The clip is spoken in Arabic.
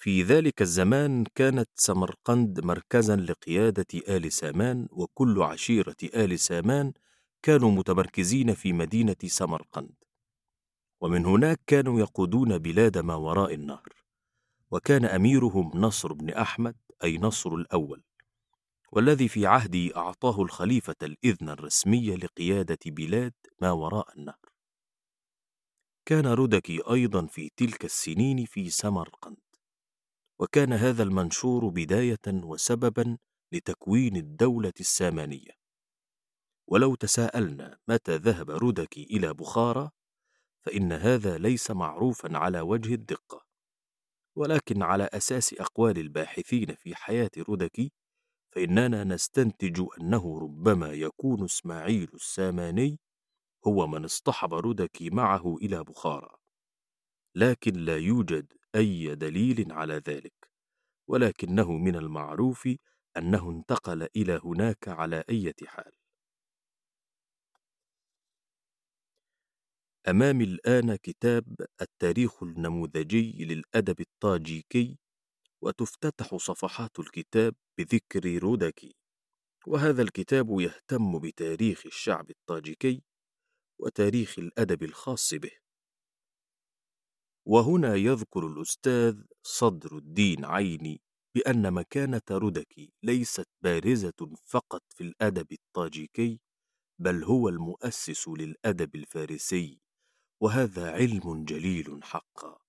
في ذلك الزمان كانت سمرقند مركزا لقيادة آل سامان، وكل عشيرة آل سامان كانوا متمركزين في مدينة سمرقند، ومن هناك كانوا يقودون بلاد ما وراء النهر. وكان أميرهم نصر بن أحمد، أي نصر الأول، والذي في عهده أعطاه الخليفة الإذن الرسمي لقيادة بلاد ما وراء النهر. كان رودكي أيضا في تلك السنين في سمرقند، وكان هذا المنشور بداية وسببا لتكوين الدولة السامانية. ولو تساءلنا متى ذهب رودكي إلى بخارى، فإن هذا ليس معروفا على وجه الدقة، ولكن على أساس أقوال الباحثين في حياة رودكي فإننا نستنتج أنه ربما يكون إسماعيل الساماني هو من اصطحب رودكي معه إلى بخارى، لكن لا يوجد أي دليل على ذلك، ولكنه من المعروف أنه انتقل إلى هناك على أي حال. أمامي الآن كتاب التاريخ النموذجي للأدب الطاجيكي، وتفتتح صفحات الكتاب بذكر رودكي، وهذا الكتاب يهتم بتاريخ الشعب الطاجيكي وتاريخ الأدب الخاص به. وهنا يذكر الأستاذ صدر الدين عيني بأن مكانة رودكي ليست بارزة فقط في الأدب الطاجيكي، بل هو المؤسس للأدب الفارسي، وهذا علم جليل حقا.